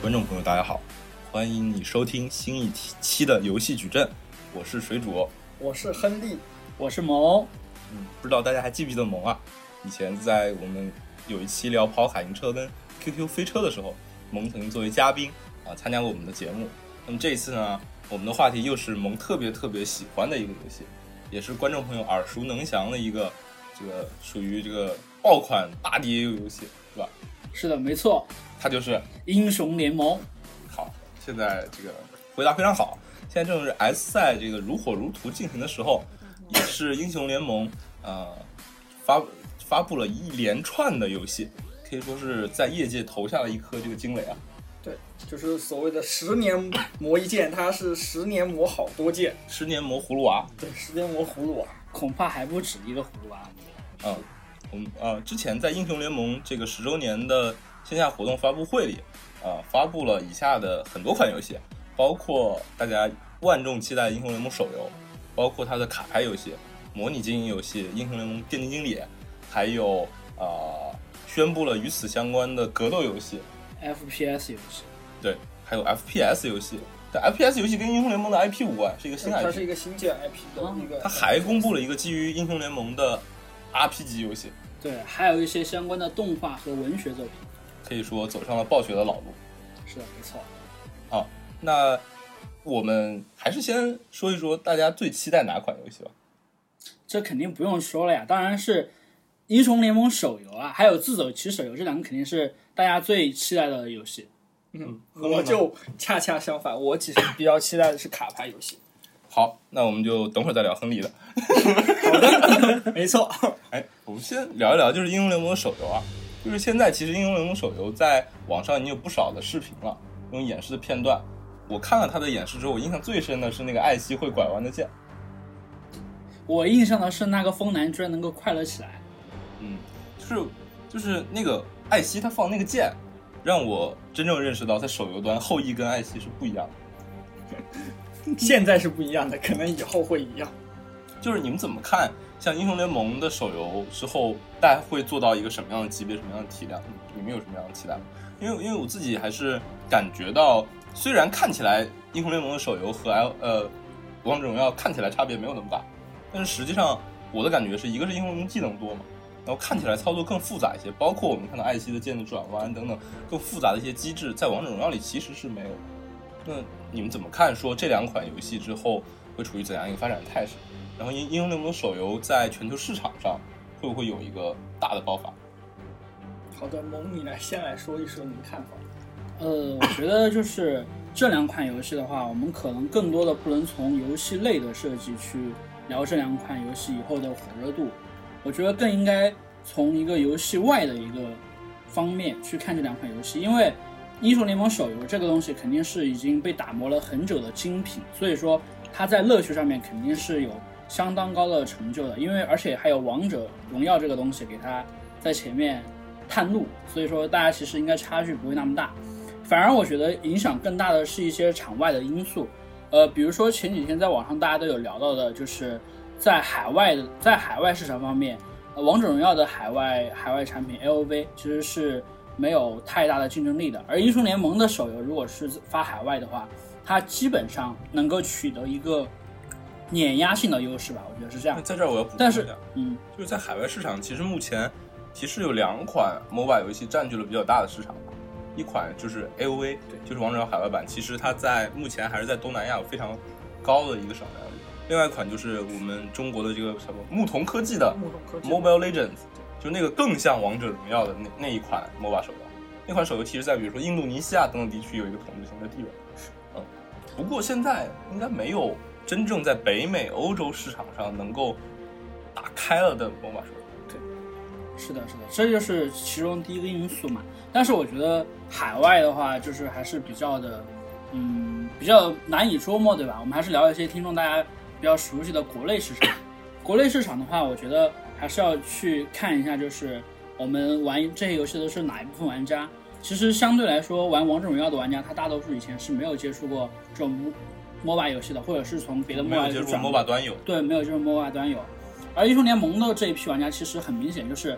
观众朋友大家好，欢迎你收听新一期的游戏矩阵，我是水煮， 我是亨利， 我是萌。 不知道大家还记不记得萌啊？以前在我们有一期聊跑卡丁车跟 QQ 飞车的时候，萌曾经作为嘉宾参加过我们的节目。那么这一次呢，我们的话题又是萌特别喜欢的一个游戏，也是观众朋友耳熟能详的一个这个属于这个爆款大碟游戏，是吧？ 是的，没错， 它就是英雄联盟。 好，现在这个回答非常好。现在正是 S 赛这个如火如荼进行的时候，也是英雄联盟发布了一连串的游戏，可以说是在业界投下了一颗这个惊雷啊。 对，就是所谓的10年磨一剑，它是10年磨好多剑 ，10年磨葫芦娃。 对，10年磨葫芦娃， 恐怕还不止一个葫芦娃。 我们之前在英雄联盟这个10周年的线下活动发布会里发布了以下的很多款游戏，包括大家万众期待的英雄联盟手游，包括它的卡牌游戏、模拟经营游戏、英雄联盟电竞经理，还有宣布了与此相关的格斗游戏、 FPS 游戏， 对，还有 FPS 游戏。但 FPS 游戏跟英雄联盟的 IP 无关，是一个新 IP， 它是一个新建 IP 的一个。 它还公布了一个基于英雄联盟的 RPG 游戏， 对，还有一些相关的动画和文学作品， 可以说走上了暴雪的老路。 是的，没错。 好，那我们还是先说一说大家最期待哪款游戏吧。 这肯定不用说了呀，当然是英雄联盟手游啊，还有自走棋手游，这两个肯定是大家最期待的游戏。 我就恰恰相反，我其实比较期待的是卡牌游戏。 好，那我们就等会儿再聊亨利的。 好的，没错。 我们先聊一聊就是英雄联盟的手游啊，就是现在其实英雄联盟手游在网上已经有不少的视频了，用演示的片段。我看了他的演示之后，我印象最深的是那个艾希会拐弯的剑。 我印象的是那个风男居然能够快乐起来。 就是那个艾希他放那个剑，让我真正认识到在手游端后羿跟艾希是不一样的。 现在是不一样的，可能以后会一样。 就是你们怎么看像英雄联盟的手游之后大家会做到一个什么样的级别，什么样的体量，你们有什么样的期待吗？因为我自己还是感觉到，虽然看起来英雄联盟的手游和王者荣耀看起来差别没有那么大，但是实际上我的感觉是一个是英雄联盟技能多嘛，然后看起来操作更复杂一些，包括我们看到艾希的剑的转弯等等更复杂的一些机制，在王者荣耀里其实是没有的。那你们怎么看说这两款游戏之后会处于怎样一个发展态势？然后英雄联盟手游在全球市场上会不会有一个大的爆发？ 好的，萌，你先来说一说你的看法。 我觉得就是这两款游戏的话，我们可能更多的不能从游戏类的设计去聊这两款游戏以后的火热度，我觉得更应该从一个游戏外的一个方面去看这两款游戏，因为英雄联盟手游这个东西肯定是已经被打磨了很久的精品，所以说它在乐趣上面肯定是有相当高的成就的，因为而且还有王者荣耀这个东西给它在前面探路，所以说大家其实应该差距不会那么大。反而我觉得影响更大的是一些场外的因素，比如说前几天在网上大家都有聊到的，就是在海外市场方面，王者荣耀的海外产品 LOV 其实是没有太大的竞争力的，而英雄联盟的手游如果是发海外的话，它基本上能够取得一个碾压性的优势吧，我觉得是这样。 在这儿我要补充一下，就是在海外市场，其实目前其实有2款 MOBA 游戏占据了比较大的市场，一款就是 AOV， 就是王者荣耀海外版，其实它在目前还是在东南亚有非常高的一个市场占有率。另外一款就是我们中国的这个什么牧童科技的 Mobile Legends， 就那个更像王者荣耀的那一款 MOBA 手游。那款手游其实在比如说印度尼西亚等等地区有一个统治性的地位。不过现在应该没有真正在北美、欧洲市场上能够打开了的 MOBA 手游。 对，是的，这就是其中第一个因素嘛。但是我觉得海外的话，就是还是比较难以捉摸，对吧？我们还是聊一些听众大家比较熟悉的国内市场。国内市场的话，我觉得还是要去看一下，就是我们玩这些游戏都是哪一部分玩家。其实相对来说，玩王者荣耀的玩家，他大多数以前是没有接触过这种 MOBA 游戏的，或者是从别的 MOBA 游戏转 MOBA 端游， 对，没有接触 MOBA 端游。而英雄联盟的这一批玩家，其实很明显就是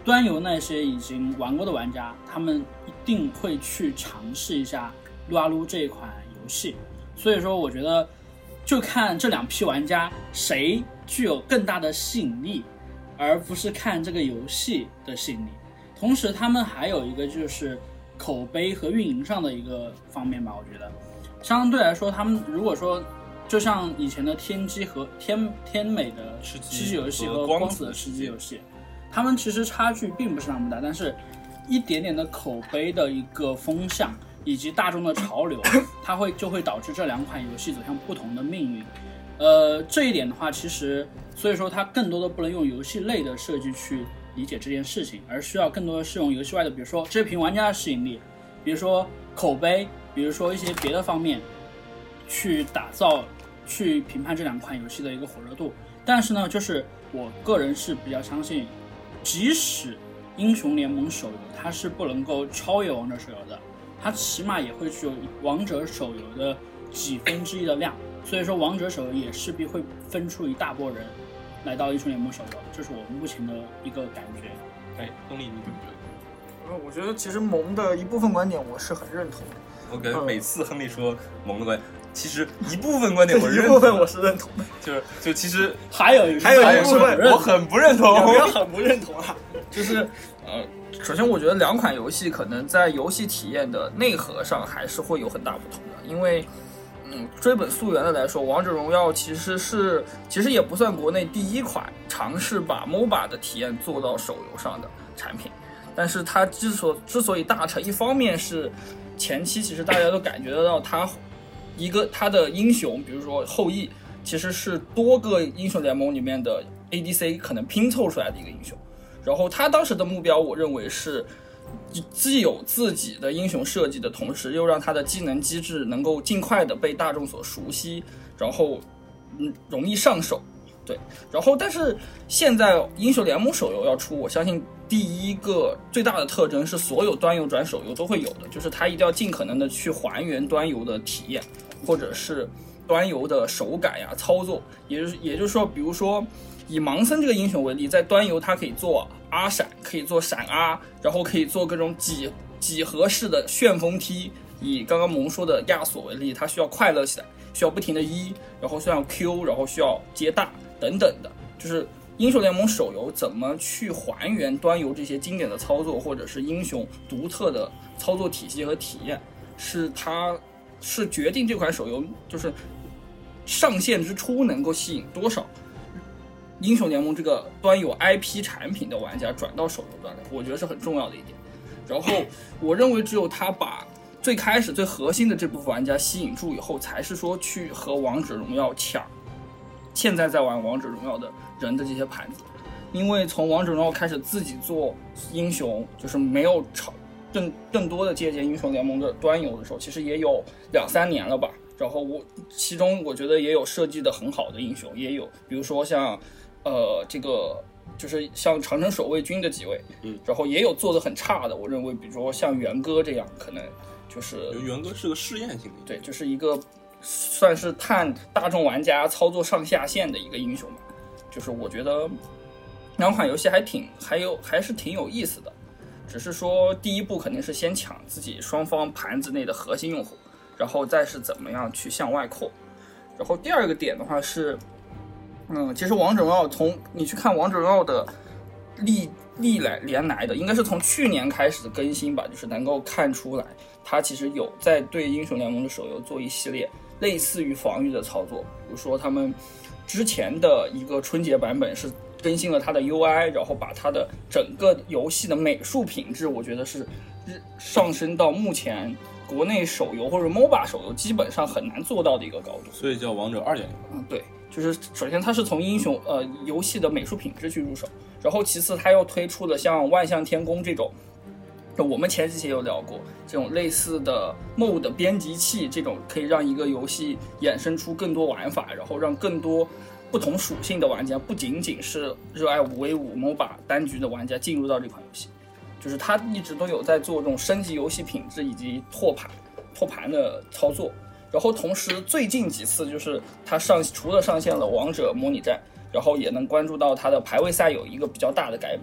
端游那些已经玩过的玩家，他们一定会去尝试一下撸啊撸这一款游戏。所以说我觉得就看这两批玩家谁具有更大的吸引力，而不是看这个游戏的吸引力。同时他们还有一个就是口碑和运营上的一个方面吧，我觉得相对来说他们如果说就像以前的天机和天美的吃鸡游戏和光子的吃鸡游戏，他们其实差距并不是那么大，但是一点点的口碑的一个风向以及大众的潮流，它就会导致这两款游戏走向不同的命运。这一点的话，其实所以说它更多的不能用游戏类的设计去理解这件事情，而需要更多的是用游戏外的，比如说这批玩家的吸引力，比如说口碑，比如说一些别的方面去打造、去评判这两款游戏的一个火热度。但是呢，就是我个人是比较相信，即使英雄联盟手游它是不能够超越王者手游的，它起码也会具有王者手游的几分之一的量，所以说王者手游也势必会分出一大波人来到英雄联盟手游，这是我目前的一个感觉。 东丽你怎么觉得？ 我觉得其实萌的一部分观点我是很认同的。 我感觉每次亨利说萌的观点，其实一部分观点我是认同的， 一部分我是认同的， 就其实还有一部分我很不认同， 有没有很不认同啊？就是首先我觉得两款游戏可能在游戏体验的内核上还是会有很大不同的，因为追本溯源的来说，王者荣耀其实也不算国内第一款尝试把 MOBA 的体验做到手游上的产品，但是它之所以大成，一方面是前期其实大家都感觉得到它的英雄，比如说后羿，其实是多个英雄联盟里面的 ADC 可能拼凑出来的一个英雄，然后他当时的目标我认为是既有自己的英雄设计的同时，又让他的技能机制能够尽快的被大众所熟悉，然后容易上手。对，然后但是现在英雄联盟手游要出，我相信第一个最大的特征是所有端游转手游都会有的，就是它一定要尽可能的去还原端游的体验，或者是端游的手感呀、操作。也就是说，比如说以盲僧这个英雄为例，在端游它可以做阿闪，可以做闪阿，然后可以做各种几何式的旋风踢。以刚刚萌说的亚索为例，它需要快乐起来，需要不停的E，然后需要 Q， 然后需要接大等等的，就是英雄联盟手游怎么去还原端游这些经典的操作，或者是英雄独特的操作体系和体验，是决定这款手游就是上线之初能够吸引多少英雄联盟这个端游 IP 产品的玩家转到手游端的，我觉得是很重要的一点。然后我认为只有他把最开始最核心的这部分玩家吸引住以后，才是说去和王者荣耀抢现在在玩王者荣耀的人的这些盘子。因为从王者荣耀开始自己做英雄，就是没有更多的借鉴英雄联盟的端游的时候，其实也有2-3年了吧。然后其中我觉得也有设计的很好的英雄，也有比如说像这个就是像长城守卫军的几位，然后也有做的很差的，我认为比如说像元歌这样，可能就是元歌是个试验性的， 对，就是一个算是探大众玩家操作上下限的一个英雄吧。就是我觉得两款游戏还是挺有意思的，只是说第一步肯定是先抢自己双方盘子内的核心用户，然后再是怎么样去向外扩。然后第二个点的话是其实王者荣耀从你去看王者荣耀的历来的应该是从去年开始的更新吧，就是能够看出来它其实有在对英雄联盟的手游做一系列类似于防御的操作。比如说他们之前的一个春节版本是更新了它的 UI， 然后把它的整个游戏的美术品质我觉得是上升到目前国内手游或者 MOBA 手游基本上很难做到的一个高度， 所以叫王者 2.0。 对，就是首先它是从游戏的美术品质去入手，然后其次它又推出了像万象天宫这种，我们前几期有聊过这种类似的 MOD 编辑器，这种可以让一个游戏衍生出更多玩法，然后让更多不同属性的玩家，不仅仅是热爱5v5 MOBA 单局的玩家进入到这款游戏。就是他一直都有在做这种升级游戏品质以及拓盘的操作。然后同时最近几次就是他除了上线了王者模拟战，然后也能关注到他的排位赛有一个比较大的改版，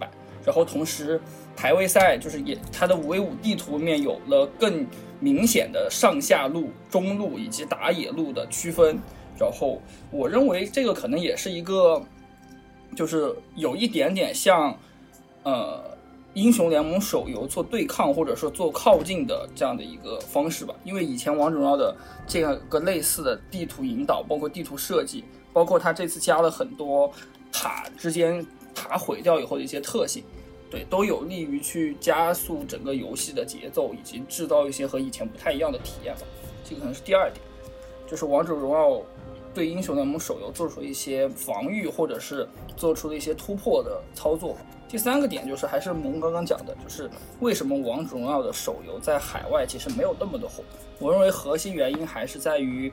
然后同时排位赛就是它的5v5地图面有了更明显的上下路、中路以及打野路的区分。然后我认为这个可能也是一个，就是有一点点像英雄联盟手游做对抗或者说做靠近的这样的一个方式吧。因为以前王者荣耀的这样一个类似的地图引导，包括地图设计，包括它这次加了很多塔之间塔毁掉以后的一些特性，对，都有利于去加速整个游戏的节奏，以及制造一些和以前不太一样的体验吧。这个可能是第二点，就是王者荣耀对英雄联盟手游做出一些防御，或者是做出了一些突破的操作。第三个点就是还是萌刚刚讲的，就是为什么王者荣耀的手游在海外其实没有那么的火。我认为核心原因还是在于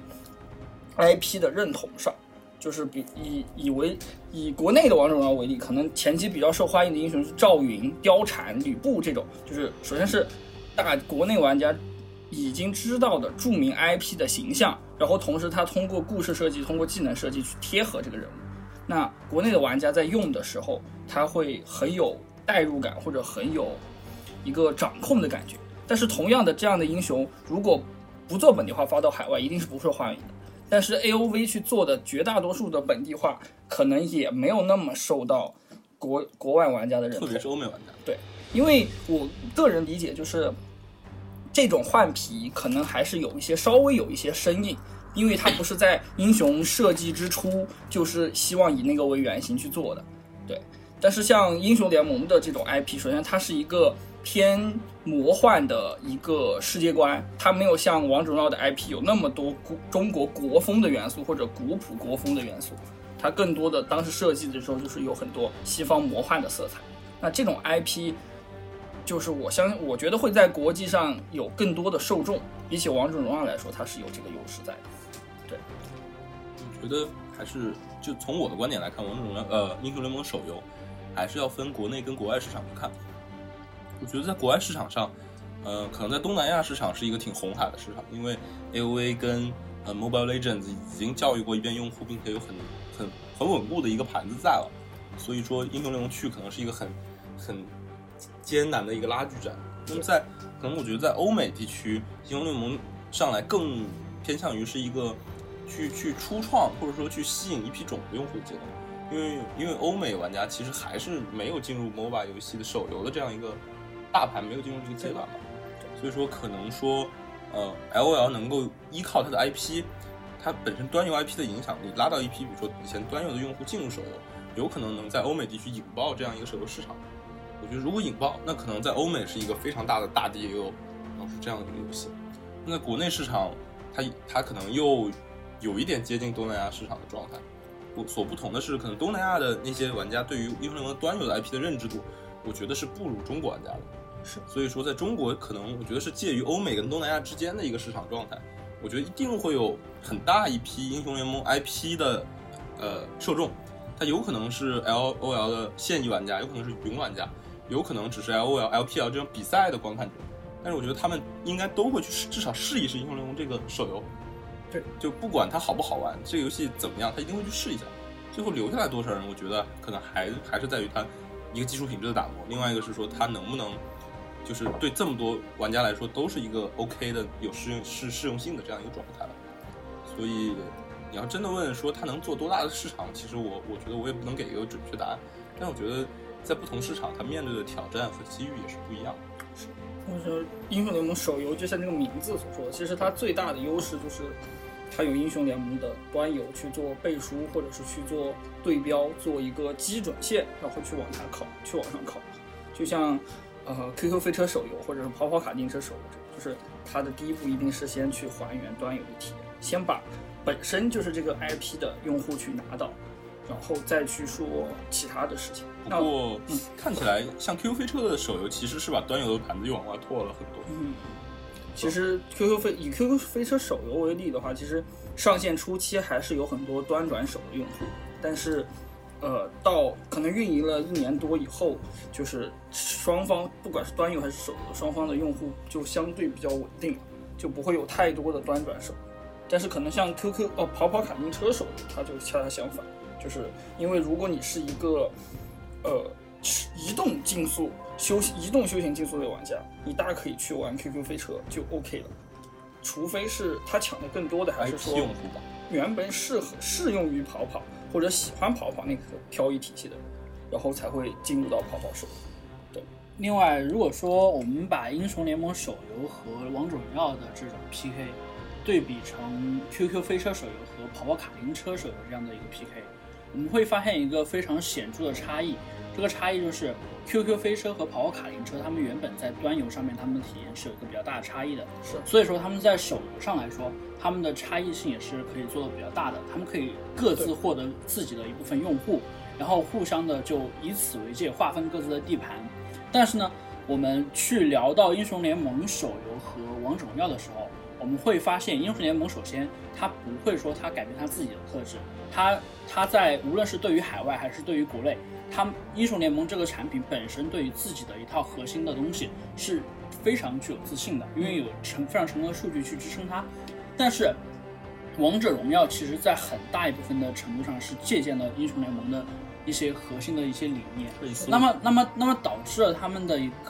IP 的认同上，就是以国内的王者荣耀为例，可能前期比较受欢迎的英雄是赵云、貂蝉、吕布这种，就是首先是国内玩家已经知道的著名 IP 的形象，然后同时他通过故事设计、通过技能设计去贴合这个人物。那国内的玩家在用的时候，他会很有代入感，或者很有一个掌控的感觉。但是同样的这样的英雄，如果不做本地化发到海外，一定是不受欢迎的。但是 AOV 去做的绝大多数的本地化，可能也没有那么受到国外玩家的认同， 特别是欧美玩家。 对，因为我个人理解就是这种换皮可能还是稍微有一些生硬，因为它不是在英雄设计之初就是希望以那个为原型去做的。对，但是像英雄联盟的这种 IP， 首先它是一个偏魔幻的一个世界观，它没有像王者荣耀的 IP 有那么多中国国风的元素或者古朴国风的元素，它更多的当时设计的时候就是有很多西方魔幻的色彩。那这种 IP 就是我觉得会在国际上有更多的受众，比起王者荣耀来说，它是有这个优势在的。对， 我觉得还是就从我的观点来看，王者荣耀英雄联盟手游还是要分国内跟国外市场去看。我觉得在国外市场上，可能在东南亚市场是一个挺红海的市场，因为 AOA 跟Mobile Legends 已经教育过一遍用户，并且有很稳固的一个盘子在了，所以说英雄联盟去可能是一个很艰难的一个拉锯战。那么可能我觉得在欧美地区，英雄联盟上来更偏向于是一个去初创或者说去吸引一批种子用户的阶段，因为欧美玩家其实还是没有进入 MOBA 游戏的手游的这样一个大盘，没有进入这个阶段吧，所以说可能说LOL 能够依靠它的 IP， 它本身端游 IP 的影响力拉到一批比如说以前端游的用户进入手游，有可能能在欧美地区引爆这样一个手游市场。我觉得如果引爆，那可能在欧美是一个非常大的大 DAO， 然后是这样的一个游戏。那在国内市场它可能又有一点接近东南亚市场的状态。所不同的是，可能东南亚的那些玩家对于英雄联盟端游的 IP 的认知度，我觉得是不如中国玩家的。 是， 所以说在中国可能我觉得是介于欧美跟东南亚之间的一个市场状态。我觉得一定会有很大一批英雄联盟 IP 的受众，它有可能是 LOL 的现役玩家，有可能是云玩家，有可能只是 LOL、LPL 这种比赛的观看者。但是我觉得他们应该都会去至少试一试英雄联盟这个手游。 对， 就不管它好不好玩，这个游戏怎么样，他一定会去试一下。最后留下来多少人，我觉得可能还是在于它一个技术品质的打磨，另外一个是说它能不能就是对这么多玩家来说都是一个 OK 的有适用性的这样一个状态了。所以你要真的问说它能做多大的市场，其实我觉得我也不能给一个准确答案，但我觉得在不同市场它面对的挑战和机遇也是不一样的。 是，我说英雄联盟手游就像这个名字所说的，其实它最大的优势就是它有英雄联盟的端游去做背书，或者是去做对标，做一个基准线，然后去往上靠。就像QQ 飞车手游或者是跑跑卡丁车手游，就是它的第一步一定是先去还原端游的体验，先把本身就是这个 IP 的用户去拿到，然后再去说其他的事情。 不过看起来像 QQ 飞车的手游其实是把端游的盘子又往外拓了很多。 其实以 QQ 飞车手游为例的话，其实上线初期还是有很多端转手的用户，但是到可能运营了1年多以后，就是双方不管是端游还是手游，双方的用户就相对比较稳定，就不会有太多的端转手。但是可能像 跑跑卡丁车手游，它就恰恰相反，就是因为如果你是一个移动竞速移动休闲竞速类玩家，你大可以去玩 QQ 飞车就 OK 了，除非是他抢的更多的还是说用户吧， 原本适用于跑跑或者喜欢跑跑那个漂移体系的，然后才会进入到跑跑社。对。 另外，如果说我们把英雄联盟手游和王者荣耀的这种 PK 对比成 QQ 飞车手游和跑跑卡丁车手游这样的一个 PK， 我们会发现一个非常显著的差异。这个差异就是 QQ 飞车和跑跑卡丁车，他们原本在端游上面他们的体验是有一个比较大的差异的，所以说他们在手游上来说，他们的差异性也是可以做的比较大的，他们可以各自获得自己的一部分用户，然后互相的就以此为界划分各自的地盘。但是呢，我们去聊到英雄联盟手游和王者荣耀的时候，我们会发现英雄联盟首先它不会说它改变它自己的特质，它在无论是对于海外还是对于国内，它英雄联盟这个产品本身对于自己的一套核心的东西是非常具有自信的，因为有非常成功的数据去支撑它。但是王者荣耀其实在很大一部分的程度上是借鉴了英雄联盟的一些核心的一些理念，那么导致了他们的一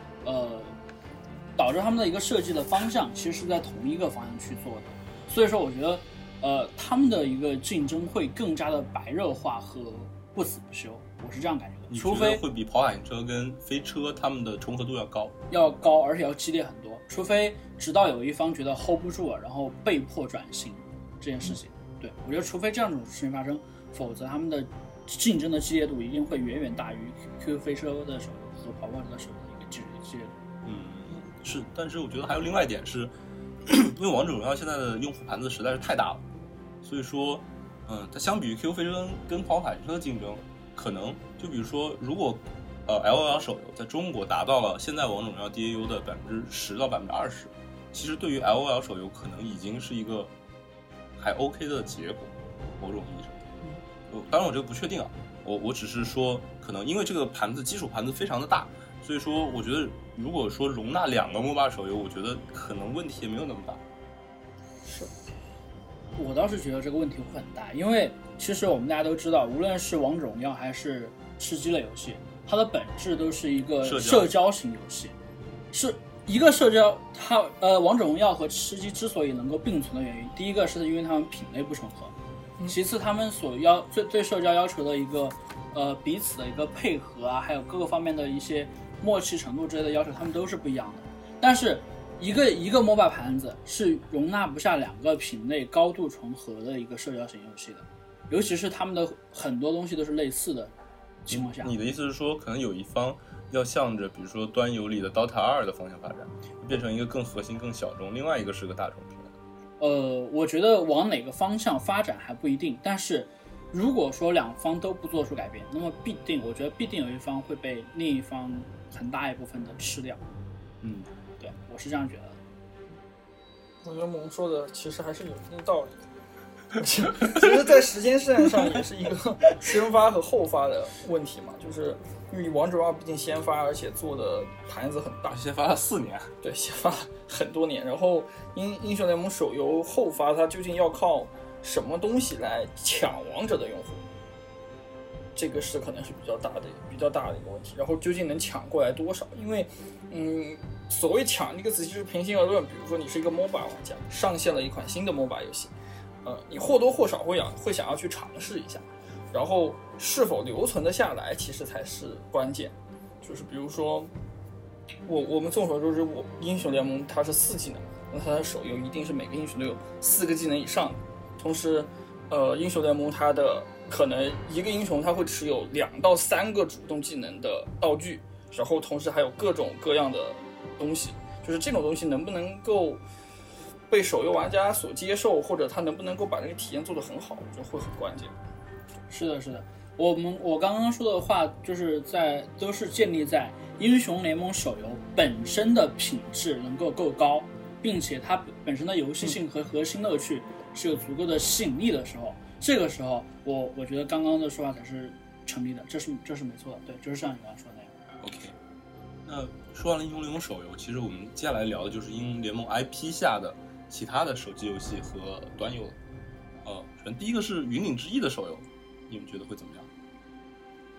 个设计的方向其实是在同一个方向去做的。所以说我觉得他们的一个竞争会更加的白热化和不死不休，我是这样感觉的。除非会比跑卡丁车跟飞车他们的重合度要高，而且要激烈很多，除非直到有一方觉得 hold 不住了，然后被迫转型这件事情。对，我觉得除非这样一种事情发生，否则他们的竞争的激烈度一定会远远大于 QQ 飞车的手游和跑跑的手游的一个激烈度。 是，但是我觉得还有另外一点是，因为王者荣耀现在的用户盘子实在是太大了，所以说，它相比于 QQ 飞车跟跑跑卡丁车的竞争，可能就比如说，如果LOL 手游在中国达到了现在王者荣耀 DAU 的10%到20%，其实对于 LOL 手游可能已经是一个还 OK 的结果，某种意义上。当然我这个不确定啊，我只是说，可能因为这个基础盘子非常的大，所以说我觉得如果说容纳2个 MOBA 手游，我觉得可能问题也没有那么大。 是，我倒是觉得这个问题会很大，因为其实我们大家都知道，无论是王者荣耀还是吃鸡类游戏，它的本质都是一个社交型游戏，是一个社交。王者荣耀和吃鸡之所以能够并存的原因，第一个是因为它们品类不重合，其次他们所对社交要求的一个彼此的一个配合啊，还有各个方面的一些默契程度之类的要求，他们都是不一样的。但是一个 MOBA 盘子是容纳不下2个品类高度重合的一个社交型游戏的，尤其是他们的很多东西都是类似的情况下。 你的意思是说，可能有一方要向着比如说端游里的 Dota 2的方向发展，变成一个更核心更小众，另外一个是个大众品类。 我觉得往哪个方向发展还不一定，但是如果说两方都不做出改变，那么我觉得必定有一方会被另一方很大一部分的吃掉。对，我是这样觉得的。 我觉得萌说的其实还是有一定道理的。其实在时间线上也是一个先发和后发的问题嘛，就是因为王者荣耀毕竟先发，而且做的盘子很大， 先发了4年， 对，先发很多年。然后英雄联盟手游后发，它究竟要靠什么东西来抢王者的用户？这个是可能是比较大的一个问题。然后究竟能抢过来多少？因为所谓抢这个词就是平心而论，比如说你是一个 MOBA 玩家，上线了一款新的 MOBA 游戏，你或多或少会想要去尝试一下，然后是否留存得下来，其实才是关键。就是比如说，我们众所周知，英雄联盟它是4技能，那它的手游一定是每个英雄都有4个技能以上。同时，英雄联盟它的可能一个英雄它会持有2到3个主动技能的道具，然后同时还有各种各样的东西，就是这种东西能不能够被手游玩家所接受，或者他能不能够把这个体验做得很好，我觉得会很关键。 是的，我刚刚说的话都是建立在英雄联盟手游本身的品质能够够高，并且它本身的游戏性和核心乐趣是有足够的吸引力的时候，这个时候我觉得刚刚的说法才是成立的，这是没错的，对，就是像你刚刚说的那样。 OK， 那说完了英雄联盟手游，其实我们接下来聊的就是英雄联盟 IP 下的其他的手机游戏和端游了。首先第一个是云顶之弈的手游，你们觉得会怎么样？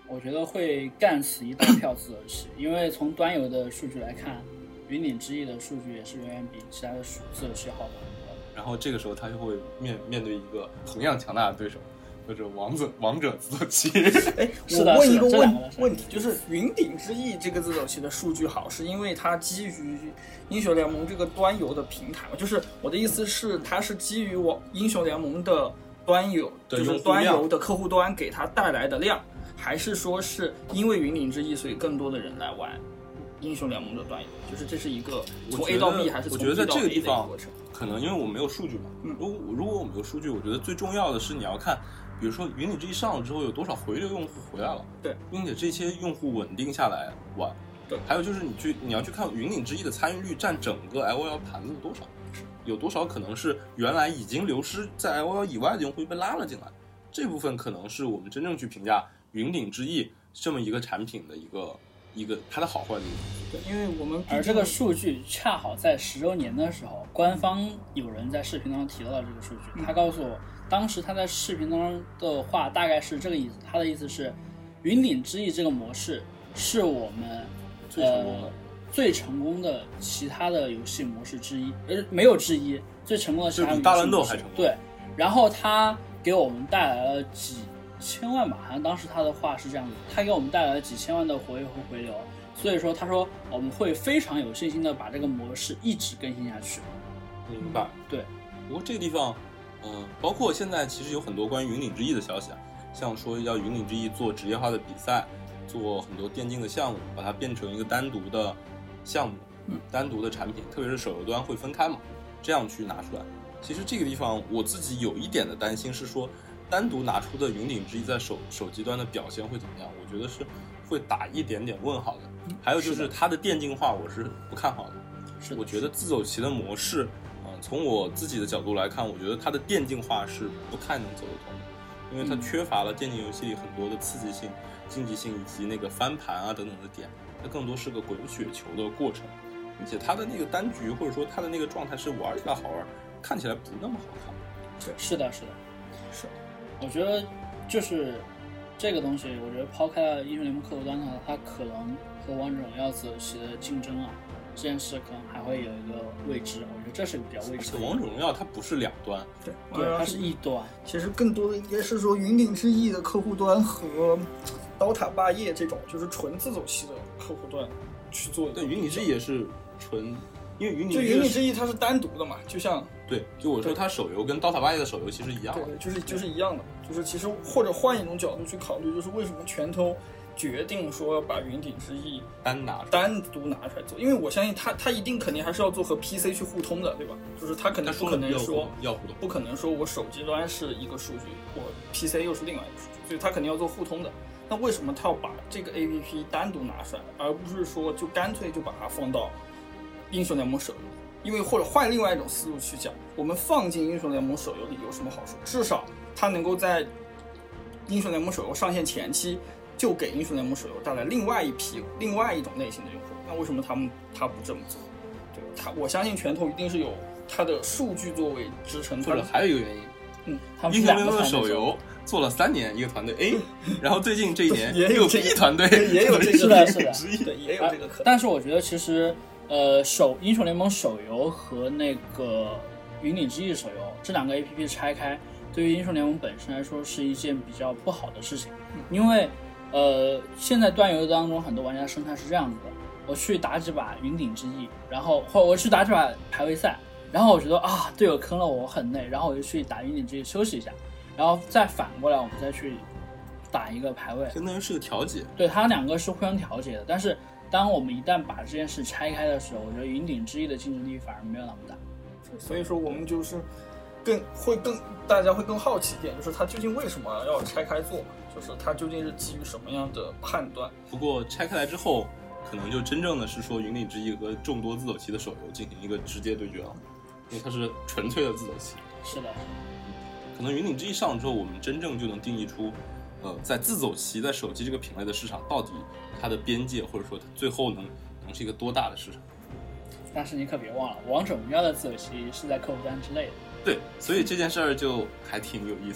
我觉得会干死一大票自走棋，因为从端游的数据来看，云顶之弈的数据也是远远比其他的自走棋好的很多。 然后这个时候他就会面对一个同样强大的对手，就是王者自走棋。 哎，我问一个问题，就是云顶之弈这个自走棋的数据好，是因为它基于英雄联盟这个端游的平台吗？就是我的意思是，它是基于我英雄联盟的端游，就是端游的客户端给它带来的量，还是说是因为云顶之弈，所以更多的人来玩英雄联盟的端游？就是这是一个从 A 到 B 还是从 B 到 A 的一个过程？ 可能因为我没有数据嘛。如果我没有数据，我觉得最重要的是你要看，比如说云顶之弈上了之后有多少回流用户回来了， 对， 并且这些用户稳定下来玩。 对， 还有就是你要去看云顶之弈的参与率占整个 LOL 盘子的多少，有多少可能是原来已经流失在 LOL 以外的用户被拉了进来，这部分可能是我们真正去评价云顶之弈这么一个产品的一个它的好坏的一个。 对，因为我们而这个数据恰好在10周年的时候，官方有人在视频当中提到了这个数据，他告诉我，当时他在视频当中的话大概是这个意思，他的意思是，云顶之弈这个模式是我们最成功的其他的游戏模式之一，没有之一，最成功的其他游戏模式， 就比大乱斗还成功。 对，然后他给我们带来了几千万吧，好像当时他的话是这样子，他给我们带来了几千万的活跃和回流，所以说他说我们会非常有信心的把这个模式一直更新下去。 明白。 对。 不过这个地方，包括现在其实有很多关于云顶之弈的消息啊，像说要云顶之弈做职业化的比赛，做很多电竞的项目，把它变成一个单独的项目，单独的产品，特别是手游端会分开嘛，这样去拿出来。其实这个地方我自己有一点的担心是说，单独拿出的云顶之弈在手机端的表现会怎么样？我觉得是会打一点点问号的。还有就是它的电竞化，我是不看好的。我觉得自走棋的模式，从我自己的角度来看，我觉得它的电竞化是不太能走得通的，因为它缺乏了电竞游戏里很多的刺激性、竞技性以及那个翻盘啊等等的点，它更多是个滚雪球的过程，并且它的那个单局或者说它的那个状态是玩起来好玩，看起来不那么好看。 是的。我觉得就是这个东西，我觉得抛开了英雄联盟客户端的话，它可能和王者荣耀自走棋的竞争啊，这件事可能还会有一个未知，我觉得这是个比较未知的。 王者荣耀它不是两端， 对，它是一端。 其实更多的应该是说云顶之弈的客户端和刀塔霸业这种就是纯自走棋的客户端去做的。 对，云顶之弈也是纯，因为云顶之弈它是单独的嘛，就像对，就我说它手游跟刀塔霸业的手游其实一样的。 对，就是一样的。就是其实或者换一种角度去考虑，就是为什么拳头决定说要把云顶之弈单独拿出来做，因为我相信他一定肯定还是要做和 PC 去互通的，对吧？就是他肯定不可能说不可能说我手机端是一个数据，我 PC 又是另外一个数据，所以他肯定要做互通的。那为什么他要把这个 APP 单独拿出来，而不是说就干脆就把它放到英雄联盟手游？因为或者换另外一种思路去讲，我们放进英雄联盟手游里有什么好处？至少它能够在英雄联盟手游上线前期就给英雄联盟手游带来另外一种类型的用户。那为什么他不这么做？对，我相信拳头一定是有它的数据作为支撑。 或者还有一个原因，英雄联盟的手游做了3年一个团队 A， 然后最近这一年也有 B 团队， 也有这个是的， 对，也有这个可能。 但是我觉得其实英雄联盟手游和那个云顶之弈手游这两个 APP 拆开，对于英雄联盟本身来说是一件比较不好的事情，因为现在端游当中很多玩家生态是这样子的，我去打几把云顶之弈，然后或者我去打几把排位赛，然后我觉得啊队友坑了我很累，然后我就去打云顶之弈休息一下，然后再反过来我们再去打一个排位， 相当于是个调节。 对，它两个是互相调节的，但是当我们一旦把这件事拆开的时候，我觉得云顶之弈的竞争力反而没有那么大。 所以说我们就是大家会更好奇一点，就是它究竟为什么要拆开做嘛？就是它究竟是基于什么样的判断？ 不过拆开来之后，可能就真正的是说云顶之弈和众多自走棋的手游进行一个直接对决了，因为它是纯粹的自走棋。 是的。 可能云顶之弈上之后，我们真正就能定义出在自走棋在手机这个品类的市场到底它的边界，或者说它最后能是一个多大的市场。 但是你可别忘了，王者荣耀的自走棋是在客户端之类的。 对，所以这件事儿就还挺有意思的。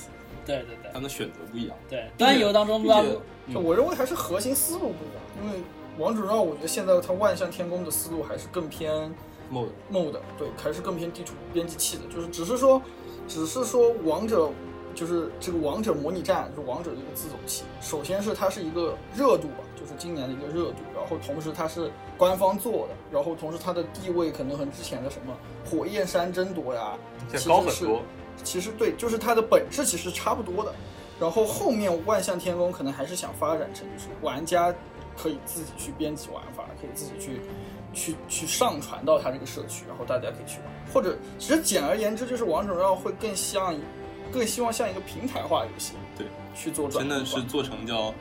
对， 他们的选择不一样。 对，端游当中的我认为还是核心思路不一样，因为王者荣耀我觉得现在它万象天宫的思路还是更偏 mode， 对，还是更偏地图编辑器的，就是只是说王者就是这个王者模拟战，就是王者的一个自走棋。首先是它是一个热度吧，就是今年的一个热度，然后同时它是官方做的，然后同时它的地位可能和之前的什么火焰山争夺呀， 高很多。 其实对，就是它的本质其实差不多的。然后后面万象天宫可能还是想发展成就是玩家可以自己去编辑玩法，可以自己去上传到它这个社区，然后大家可以去玩。或者其实简而言之，就是王者荣耀会更希望像一个平台化游戏， 对， 去做转换， 真的是做成叫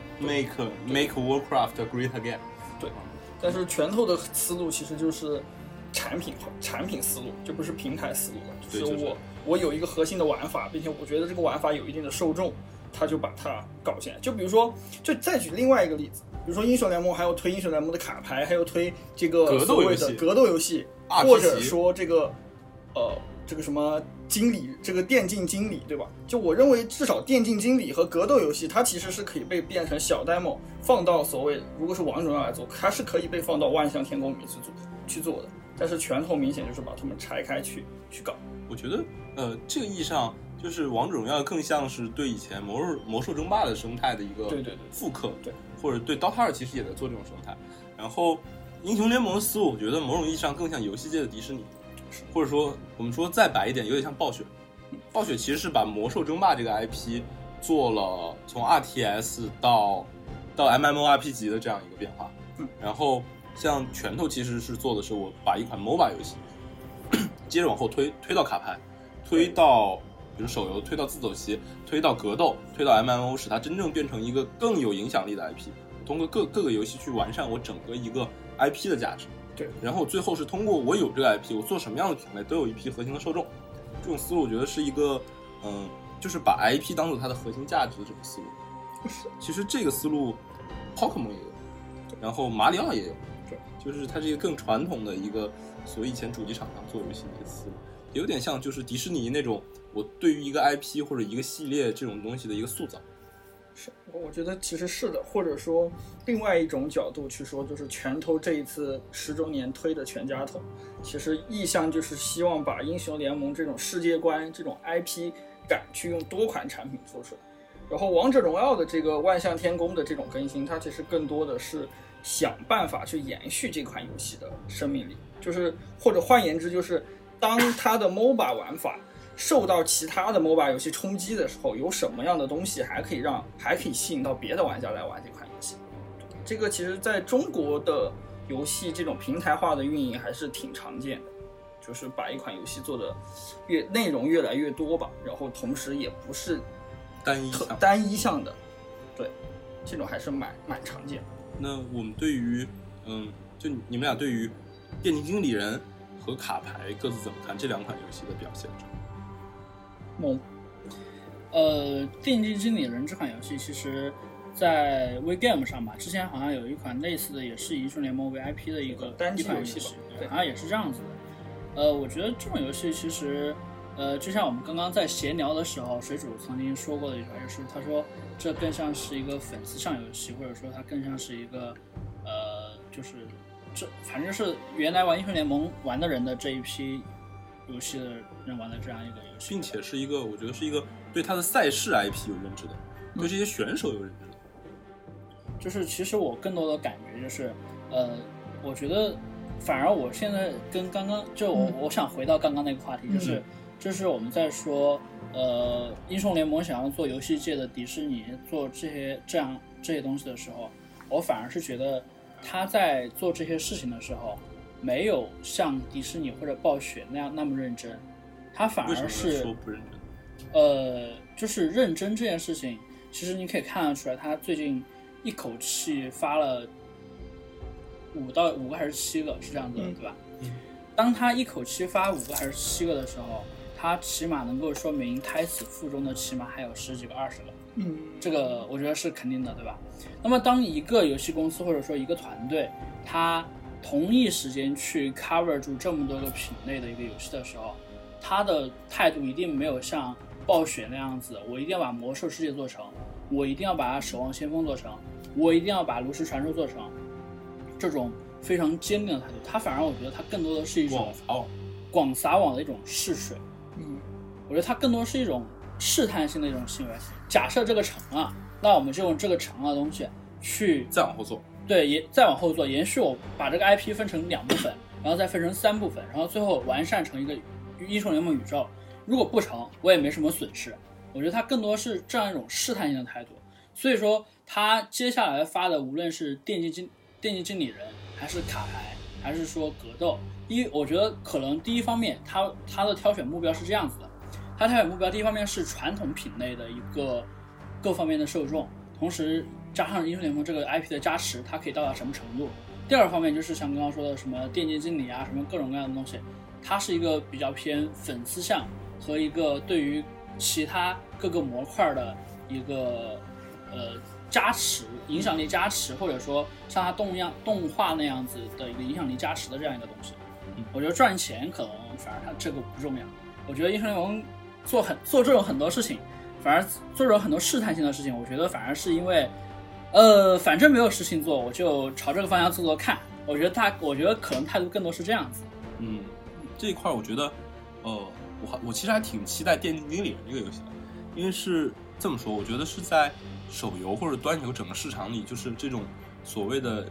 make Warcraft great again。 对，但是拳头的思路其实就是产品思路，就不是平台思路了。就是我有一个核心的玩法，并且我觉得这个玩法有一定的受众，他就把它搞进来。就比如说，就再举另外一个例子，比如说英雄联盟还有推英雄联盟的卡牌，还有推这个所谓的格斗游戏，或者说这个什么经理，这个电竞经理，对吧？就我认为至少电竞经理和格斗游戏它其实是可以被变成小 demo 放到所谓，如果是王者荣耀来做，它是可以被放到万象天宫里面去做的。但是拳头明显就是把它们拆开去搞。 我觉得这个意义上就是王者荣耀更像是对以前魔兽争霸的生态的一个复刻， 对， 或者对 DOTA 2其实也在做这种生态。然后英雄联盟的思路，我觉得某种意义上更像游戏界的迪士尼，或者说我们说再白一点，有点像暴雪。暴雪其实是把魔兽争霸这个 IP 做了从 RTS 到 MMORPG 级的这样一个变化。然后像拳头其实是做的是我把一款 MOBA 游戏接着往后推到卡牌，推到比如手游，推到自走棋，推到格斗，推到 MMO， 使它真正变成一个更有影响力的 IP。通过各个游戏去完善我整个一个 IP 的价值。 对， 然后最后是通过我有这个 IP， 我做什么样的品类都有一批核心的受众。这种思路我觉得是一个就是把 IP 当做它的核心价值的这种思路。其实这个思路 Pokémon 也有，然后马里奥也有，就是它是一个更传统的一个所谓以前主机厂商做游戏的一个思路，有点像就是迪士尼那种我对于一个 IP 或者一个系列这种东西的一个塑造。 是，我觉得其实是的，或者说另外一种角度去说，就是拳头这一次10周年推的全家桶，其实意向就是希望把英雄联盟这种世界观、这种 IP 感去用多款产品做出来。然后王者荣耀的这个万象天宫的这种更新，它其实更多的是想办法去延续这款游戏的生命力，就是或者换言之，就是当它的 MOBA 玩法受到其他的 MOBA 游戏冲击的时候，有什么样的东西还可以吸引到别的玩家来玩这款游戏。这个其实在中国的游戏这种平台化的运营还是挺常见的，就是把一款游戏做的内容越来越多吧，然后同时也不是单一项的，对，这种还是蛮常见的。 那我们对于就你们俩对于电竞经理人和卡牌各自怎么看这两款游戏的表现？ 电竞经理人这款游戏其实在 WeGame 上吧，之前好像有一款类似的，也是英雄联盟为 IP 的一款游戏吧，对，好像也是这样子的。我觉得这种游戏其实就像我们刚刚在闲聊的时候，水煮曾经说过的一句话，就是他说这更像是一个粉丝向游戏，或者说它更像是一个就是反正是原来玩英雄联盟玩的人的这一批游戏的人玩的这样一个游戏， 并且是一个我觉得是一个对它的赛事 IP 有认知的，对这些选手有认知的。 就是其实我更多的感觉就是我觉得反而我现在跟刚刚就我想回到刚刚那个话题，就是我们在说英雄联盟想要做游戏界的迪士尼，做这些东西的时候，我反而是觉得他在做这些事情的时候没有像迪士尼或者暴雪那么认真，他反而是说不认真。 就是认真这件事情，其实你可以看得出来，他最近一口气发了5个还是7个，是这样子的，对吧？当他一口气发5个还是7个的时候，他起码能够说明胎死腹中的起码还有10几个、20个。这个我觉得是肯定的，对吧？那么当一个游戏公司或者说一个团队，他同一时间去 cover 住这么多个品类的一个游戏的时候，他的态度一定没有像暴雪那样子，我一定要把魔兽世界做成，我一定要把守望先锋做成，我一定要把炉石传说做成，这种非常坚定的态度。它反而我觉得它更多的是一种广撒网的一种试水。我觉得它更多是一种试探性的一种行为。假设这个成了，那我们就用这个成了的东西去再往后做。 对，再往后做，延续我把这个 IP 分成2部分，然后再分成3部分，然后最后完善成一个英雄联盟宇宙。如果不成，我也没什么损失。我觉得它更多是这样一种试探性的态度。所以说，他接下来发的，无论是电竞经理人，还是卡牌，还是说格斗，我觉得可能第一方面，他的挑选目标是这样子的。他挑选目标第一方面是传统品类的一个各方面的受众，同时加上英雄联盟这个 IP 的加持，它可以到达什么程度。第二方面就是像刚刚说的什么电竞经理啊，什么各种各样的东西，它是一个比较偏粉丝向和一个对于其他各个模块的一个加持，影响力加持，或者说像它动画那样子的一个影响力加持的这样一个东西。我觉得赚钱可能反而它这个不重要。我觉得英雄联盟做这种很多事情，反而做这种很多试探性的事情，我觉得反而是因为反正没有事情做，我就朝这个方向做看。我觉得可能态度更多是这样子。 这一块我觉得我其实还挺期待电竞经理人这个游戏的，因为是这么说，我觉得是在手游或者端游整个市场里，就是这种所谓的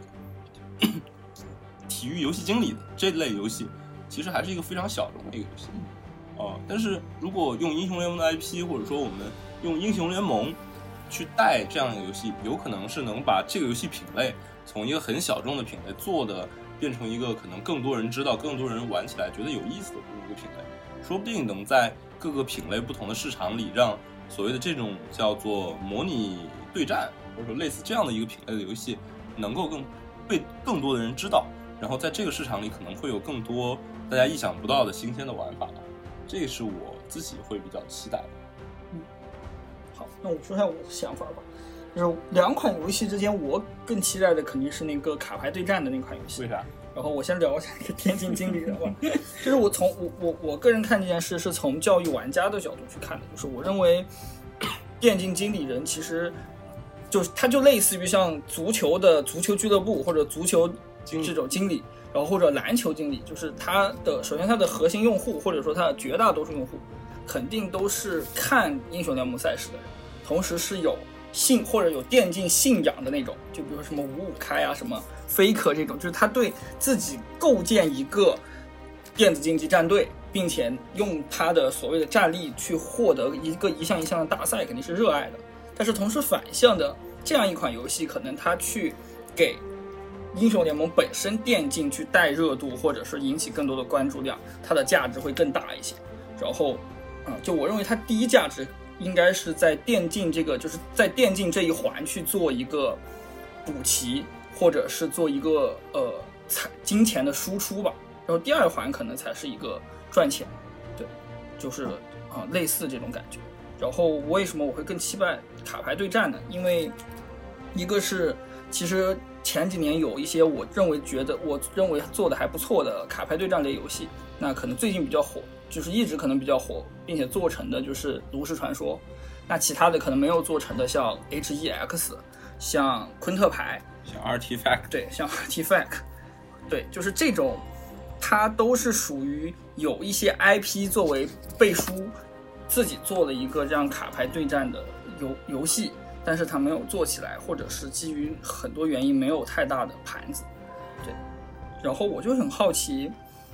体育游戏经理的这类游戏，其实还是一个非常小众的一个游戏。但是如果用英雄联盟的 IP， 或者说我们用英雄联盟去带这样一个游戏，有可能是能把这个游戏品类从一个很小众的品类做的变成一个可能更多人知道、更多人玩起来觉得有意思的这么一个品类，说不定能在各个品类不同的市场里，让所谓的这种叫做模拟对战或者说类似这样的一个品类的游戏能够被更多的人知道，然后在这个市场里可能会有更多大家意想不到的新鲜的玩法。这是我自己会比较期待的。 好，那我说一下我的想法吧。就是2款游戏之间，我更期待的肯定是那个卡牌对战的那款游戏。 为啥？ 然后我先聊一下这个电竞经理人吧。就是我个人看这件事是从教育玩家的角度去看的，就是我认为电竞经理人其实它就类似于像足球的足球俱乐部或者足球这种经理。然后或者篮球经理，就是首先它的核心用户或者说它的绝大多数用户肯定都是看英雄联盟赛事的人，同时是有或者有电竞信仰的那种，就比如说什么55开啊，什么Faker这种，就是他对自己构建一个电子竞技战队，并且用他的所谓的战力去获得一项一项的大赛，肯定是热爱的。但是同时反向的，这样一款游戏可能他去给英雄联盟本身电竞去带热度，或者是引起更多的关注量，它的价值会更大一些。然后就我认为它第一价值应该是在电竞就是在电竞这一环去做一个补齐，或者是做一个金钱的输出吧。然后第二环可能才是一个赚钱，对，就是类似这种感觉。然后为什么我会更期待卡牌对战呢？因为一个是其实前几年有一些我认为做的还不错的卡牌对战类游戏，那可能最近比较火，就是一直可能比较火，并且做成的就是炉石传说。那其他的可能没有做成的，像 HEX， 像昆特牌， 像 Artifact， 对，像 Artifact， 对，就是这种，它都是属于有一些 IP 作为背书，自己做了一个这样卡牌对战的游戏。但是他没有做起来，或者是基于很多原因没有太大的盘子，对。然后我就很好奇，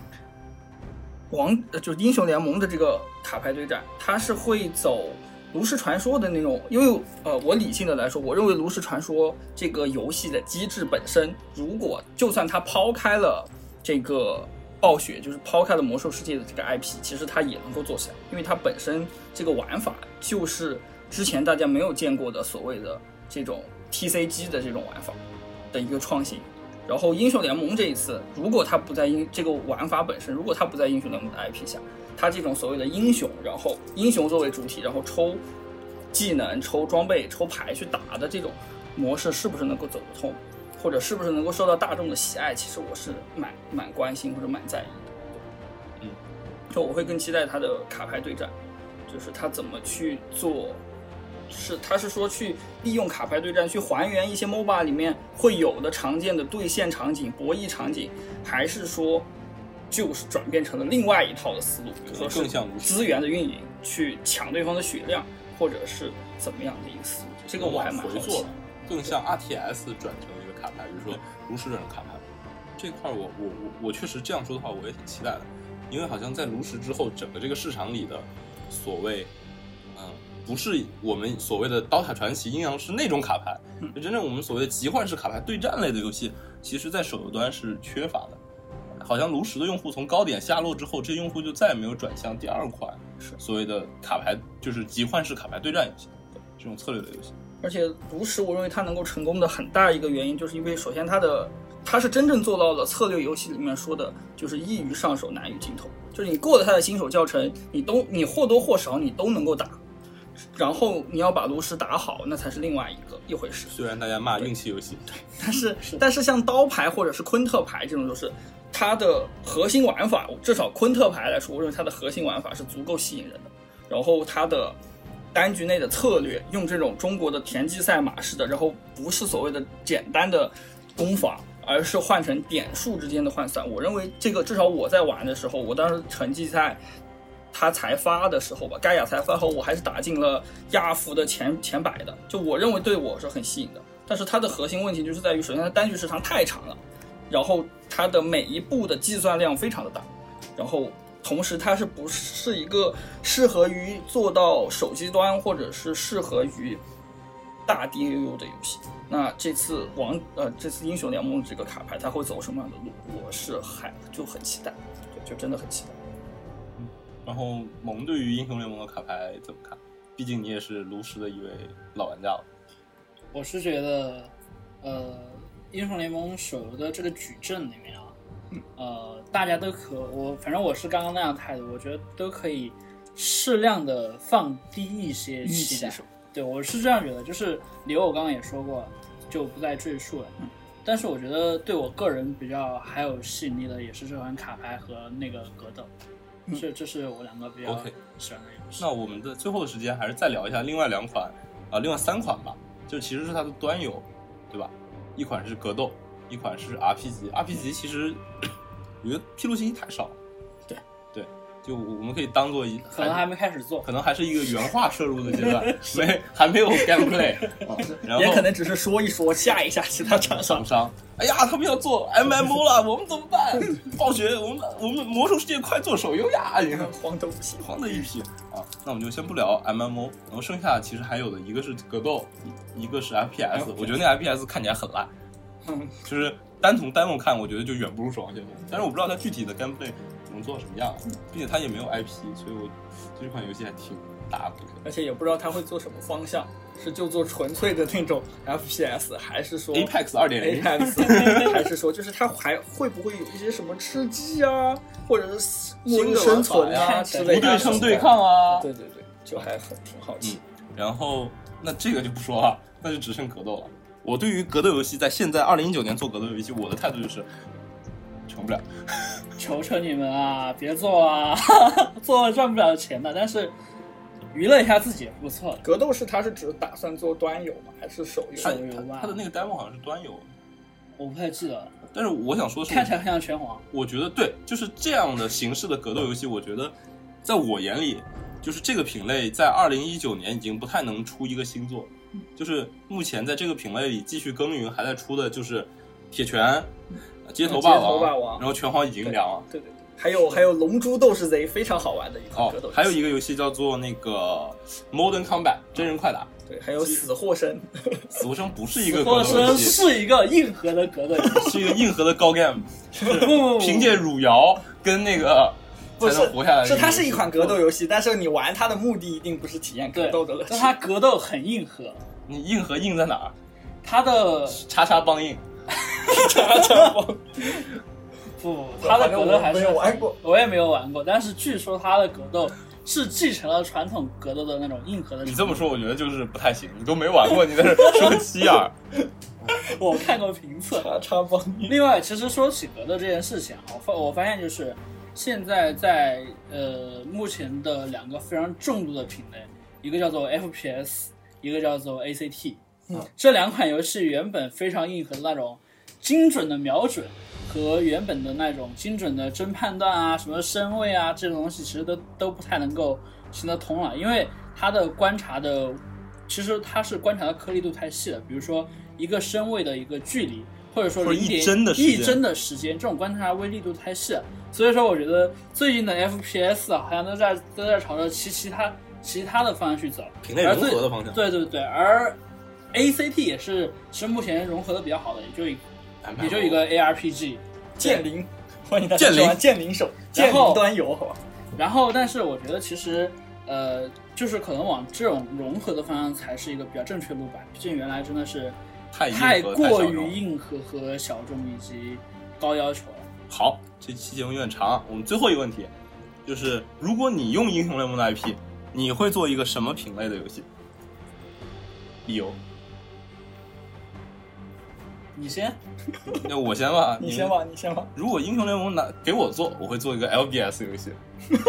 就是英雄联盟的这个卡牌对战，它是会走炉石传说的那种，因为我理性的来说，我认为炉石传说这个游戏的机制本身，如果就算它抛开了这个暴雪，就是抛开了魔兽世界的这个 IP， 其实它也能够做起来，因为它本身这个玩法就是之前大家没有见过的所谓的这种 TCG 的这种玩法的一个创新。然后英雄联盟这一次，如果它不在这个玩法本身，如果它不在英雄联盟的 IP 下，它这种所谓的英雄，然后英雄作为主体，然后抽技能、抽装备、抽牌去打的这种模式，是不是能够走得通，或者是不是能够受到大众的喜爱，其实我是蛮关心或者蛮在意的。就我会更期待它的卡牌对战。 就是他怎么去做，他是说去利用卡牌对战去还原一些 MOBA 里面会有的常见的对线场景、博弈场景，还是说就是转变成了另外一套的思路，比如说是资源的运营去抢对方的血量，或者是怎么样的一个思路？这个我还蛮好奇的。 更像 RTS 转成一个卡牌，比如说炉石转成卡牌这块，我确实这样说的话，我也挺期待的，因为好像在炉石之后，整个这个市场里的所谓，不是我们所谓的刀塔传奇、阴阳师那种卡牌，就真正我们所谓的集幻式卡牌对战类的游戏，其实在手游端是缺乏的。好像炉石的用户从高点下落之后，这用户就再也没有转向第二款所谓的卡牌，就是集幻式卡牌对战游戏这种策略的游戏。 而且炉石我认为它能够成功的很大一个原因，就是因为首先它是真正做到了策略游戏里面说的，就是易于上手难于精通，就是你过了它的新手教程，你或多或少你都能够打，然后你要把炉石打好，那才是另外一回事。 虽然大家骂运气游戏， 对，但是像刀牌或者是昆特牌这种，就是它的核心玩法，至少昆特牌来说，我认为它的核心玩法是足够吸引人的，然后它的单局内的策略，用这种中国的田忌赛马式的，然后不是所谓的简单的攻法，而是换成点数之间的换算。我认为这个至少我在玩的时候，我当时成绩赛它才发的时候吧，盖亚才发后，我还是打进了亚服的前100的，就我认为对我是很吸引的。但是它的核心问题就是在于，首先它单局时长太长了，然后它的每一步的计算量非常的大，然后同时它是不是一个适合于做到手机端或者是适合于大 DAU 的游戏。那这次英雄联盟这个卡牌它会走什么样的路，我是就很期待，就真的很期待。 然后萌对于英雄联盟的卡牌怎么看？毕竟你也是炉石的一位老玩家了。 我是觉得英雄联盟手游的这个矩阵里面大家都反正我是刚刚那样态度，我觉得都可以适量的放低一些期待。对，我是这样觉得，就是刘我刚刚也说过了，就不再赘述了。但是我觉得对我个人比较还有吸引力的也是这款卡牌和那个格斗，这是我两个比较喜欢的游戏。 那我们的最后的时间还是再聊一下另外3款吧，就其实是它的端游，对吧？一款是格斗，一款是 RPG 其实我觉得披露信息太少了。对，就我们可以当做可能还没开始做， 可能还是一个原画摄入的阶段，还没有 gameplay， 然后也可能只是说一说，吓一下其他厂商。 哎呀，他们要做 MMO 了，我们怎么办？暴雪，我们魔兽世界快做手游呀！你看慌得不行， 慌的一批啊！那我们就先不聊 MMO， 然后剩下其实还有的一个是格斗，一个是 FPS。我觉得那 FPS 看起来很烂，就是单从弹幕看，我觉得就远不如守望先锋。但是我不知道它具体的 gameplay 能做到什么样，并且它也没有 IP， 所以我这款游戏还挺打鼓的， 而且也不知道它会做什么方向，是就做纯粹的那种 FPS， 还是说 Apex 2.0， 还是说就是它还会不会有一些什么吃鸡啊，或者是末日生存啊之类的， 不对称对抗啊？ 对，就还挺好奇。 然后那这个就不说了，那就只剩格斗了。我对于格斗游戏在现在2019年做格斗游戏，我的态度就是成不了。 求求你们啊，别做啊，做了赚不了钱的，但是娱乐一下自己也不错。 格斗它是只打算做端游吗？还是手游？ 手游吧， 它的那个 demo 好像是端游， 我不太记得了。 但是我想说的是， 看起来很像拳皇。 我觉得对，就是这样的形式的格斗游戏，我觉得在我眼里，就是这个品类在2019年已经不太能出一个新作。就是目前在这个品类里继续耕耘还在出的就是铁拳、街头霸王，然后拳皇已经凉了。 对，还有龙珠斗士贼，非常好玩的一款格斗游戏。 还有一个游戏叫做那个 Modern Combat 真人快打。 对，还有死或生。 死或生不是一个格斗游戏， 死或生是一个硬核的格斗游戏， 是一个硬核的高 game， 凭借汝窑跟那个才能活下来。 是它是一款格斗游戏，但是你玩它的目的一定不是体验格斗的乐趣。 但它格斗很硬核。 你硬核硬在哪儿？ 它的叉帮硬， 叉帮。 不，它的格斗还是没有玩过， 我也没有玩过。但是据说它的格斗是继承了传统格斗的那种硬核的。 你这么说，我觉得就是不太行。你都没玩过，你在这说七耳。 我看过评测。 叉帮硬。 另外，其实说起格斗这件事情，我发现就是现在在目前的两个非常重度的品类，一个叫做 FPS， 一个叫做 ACT。这两款游戏原本非常硬核的那种精准的瞄准和原本的那种精准的真判断啊，什么身位啊这种东西，其实都不太能够行得通了，因为它的观察的，其实它是观察的颗粒度太细了，比如说一个身位的一个距离，或者说 1 帧的时间，这种观察微粒度太细了。所以说，我觉得最近的 FPS 好像都在朝着其他的方向去走， 品类融合的方向。 对对对，而 ACT 也是其实目前融合的比较好的，也就一个 ARPG。 剑灵，欢迎大家喜欢剑灵手，剑灵端游，好吧。 然后，但是我觉得其实就是可能往这种融合的方向才是一个比较正确的路吧。毕竟原来真的是太过于硬核和小众以及高要求了。 好，这期节目有点长，我们最后一个问题就是：如果你用英雄联盟的 IP， 你会做一个什么品类的游戏？理由？ 你先？ 那我先吧。 你先吧。 如果英雄联盟给我做，我会做一个 LBS 游戏。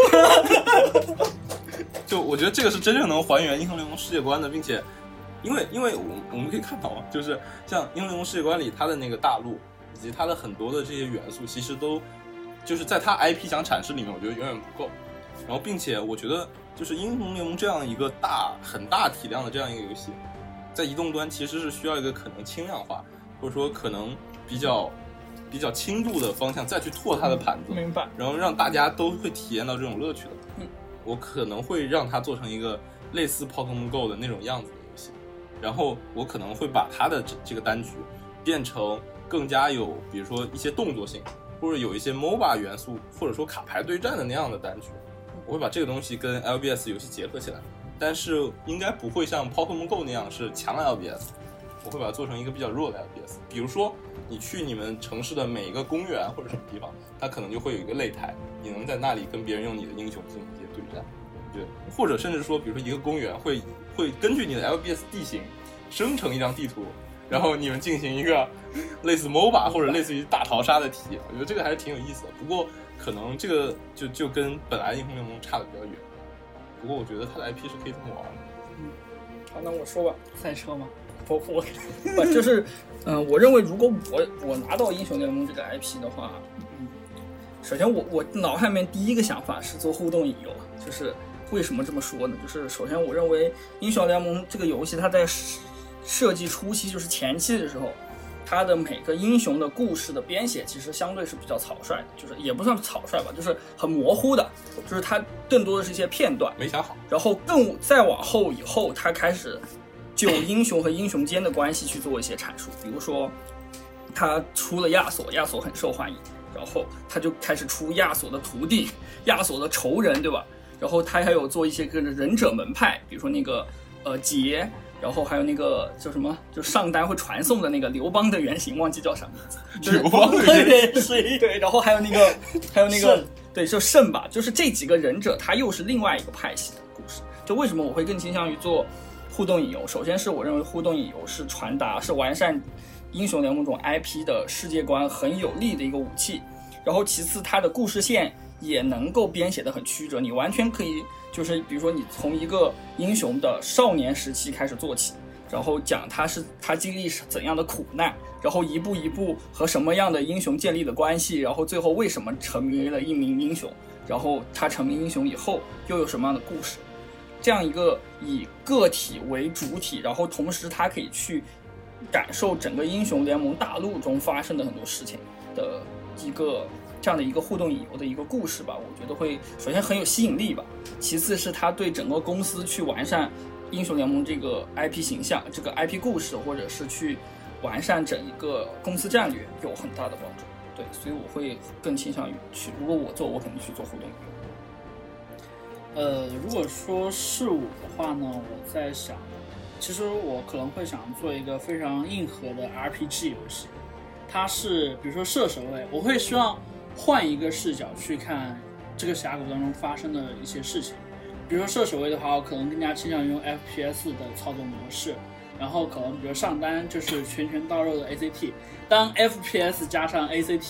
就我觉得这个是真正能还原英雄联盟世界观的，并且，因为我们可以看到啊，就是像英雄联盟世界观里它的那个大陆以及它的很多的这些元素，其实都就是在它 IP 想阐释里面，我觉得远远不够。然后，并且我觉得就是英雄联盟这样一个很大体量的这样一个游戏，在移动端其实是需要一个可能轻量化，或者说可能比较轻度的方向再去拓它的盘子， 明白。 然后让大家都会体验到这种乐趣的。我可能会让它做成一个类似 Pokémon Go 的那种样子的游戏，然后我可能会把它的这个单局变成更加有，比如说一些动作性，或者有一些 MOBA 元素，或者说卡牌对战的那样的单局。我会把这个东西跟 LBS 游戏结合起来，但是应该不会像 Pokémon Go 那样是强 LBS， 我会把它做成一个比较弱的 LBS。比如说你去你们城市的每一个公园或者什么地方，它可能就会有一个擂台，你能在那里跟别人用你的英雄进行一些对战，对，或者甚至说，比如说一个公园会根据你的 LBS 地形生成一张地图，然后你们进行一个类似 MOBA 或者类似于大逃杀的体验，我觉得这个还是挺有意思的。不过可能这个就跟本来英雄联盟差的比较远，不过我觉得它的 IP 是可以这么玩的。 好，那我说吧， 赛车吗？ 不，就是，我认为如果我拿到英雄联盟这个 IP 的话，首先我脑海里面第一个想法是做互动引游，就是为什么这么说呢？就是首先我认为英雄联盟这个游戏它在设计初期，就是前期的时候，它的每个英雄的故事的编写其实相对是比较草率的，就是也不算草率吧，就是很模糊的，就是它更多的是一些片段， 没想好。然后再往后以后，它开始就英雄和英雄间的关系去做一些阐述，比如说他出了亚索，亚索很受欢迎，然后他就开始出亚索的徒弟，亚索的仇人，对吧？然后他还有做一些个忍者门派，比如说那个杰。然后还有那个叫什么，就上单会传送的那个刘邦的原型，忘记叫啥名字。 刘邦的原型，对，然后还有那个，对，就圣吧，就是这几个忍者，他又是另外一个派系的故事。就为什么我会更倾向于做互动引游？首先是我认为互动引游是传达、是完善英雄联盟这种 IP 的世界观很有力的一个武器。然后其次，它的故事线也能够编写得很曲折，你完全可以。就是比如说你从一个英雄的少年时期开始做起，然后讲他经历怎样的苦难，然后一步一步和什么样的英雄建立的关系，然后最后为什么成为了一名英雄，然后他成名英雄以后又有什么样的故事，这样一个以个体为主体，然后同时他可以去感受整个英雄联盟大陆中发生的很多事情的一个这样的一个互动引游的一个故事吧，我觉得会首先很有吸引力吧，其次是他对整个公司去完善英雄联盟这个 IP 形象、这个 IP 故事，或者是去完善整一个公司战略有很大的帮助。对，所以我会更倾向于去，如果我肯定去做互动引游。如果说是我的话呢，我在想，其实我可能会想做一个非常硬核的 RPG 游戏，它是比如说射手位，我会希望换一个视角去看这个峡谷当中发生的一些事情。比如说射手位的话，我可能更加倾向于用 FPS 的操作模式，然后可能比如上单就是拳拳到肉的 ACT。当 FPS 加上 ACT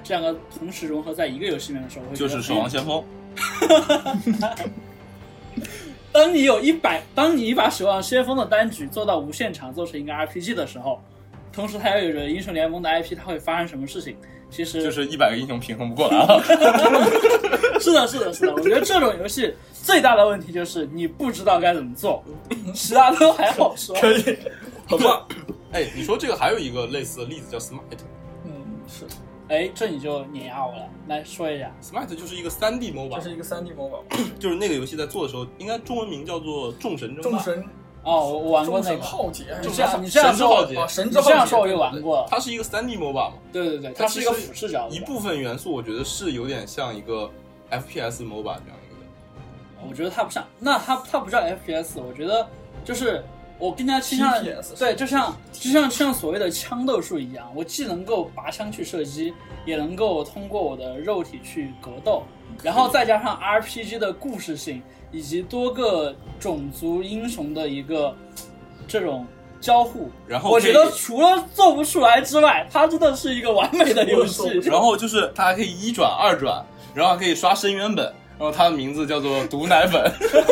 这两个同时融合在一个游戏里面的时候，我会觉得就是守望先锋。 当你把守望先锋的单局做到无限长，做成一个 RPG 的时候，同时它又有着英雄联盟的 IP， 它会发生什么事情？其实就是100个英雄平衡不过来了。 是的，我觉得这种游戏最大的问题就是你不知道该怎么做，其他都还好说。 可以，很棒。 哎，你说这个还有一个类似的例子叫 Smite。 是。 哎，这你就碾压我了，来说一下。 Smite 就是一个3D MOBA， 这是一个3D MOBA， 就是那个游戏在做的时候，应该中文名叫做众神争霸。 众神哦，我玩过那个。 浩劫， 你这样说， 神之浩劫，你这样说我就玩过。 它是一个3D MOBA 嘛？ 对，它是一个俯视角。 一部分元素我觉得是有点像一个 FPS MOBA 这样一个。 我觉得它不像，那它不叫 FPS， 我觉得就是我更加倾向对，就像所谓的枪斗术一样，我既能够拔枪去射击，也能够通过我的肉体去格斗，然后再加上 RPG 的故事性以及多个种族英雄的一个这种交互， 然后我觉得除了做不出来之外，它真的是一个完美的游戏。 然后就是它还可以1转2转，然后还可以刷深渊本，然后它的名字叫做毒奶粉。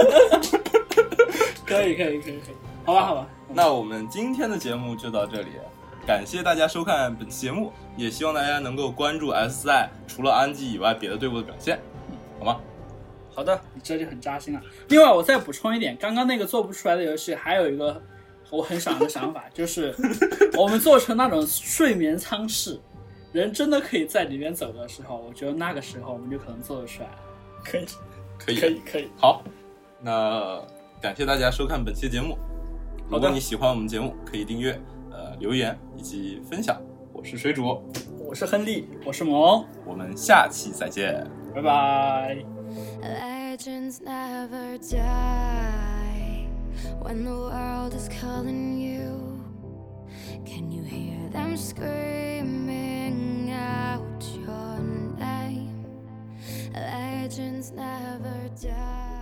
可以，好吧。 那我们今天的节目就到这里，感谢大家收看本期节目，也希望大家能够关注 S 赛除了安吉以外别的队伍的表现，好吗？ 好的，你这就很扎心了。另外我再补充一点，刚刚那个做不出来的游戏还有一个我很想的想法，就是我们做成那种睡眠舱室，人真的可以在里面走的时候，我觉得那个时候我们就可能做得出来了。 可以。 好，那感谢大家收看本期节目。如果你喜欢我们节目，可以订阅、留言以及分享。我是水煮， 我是亨利， 我是萌， 我们下期再见， 拜拜。 Legends never die when the world is calling you. Can you hear them screaming out your name? Legends never die.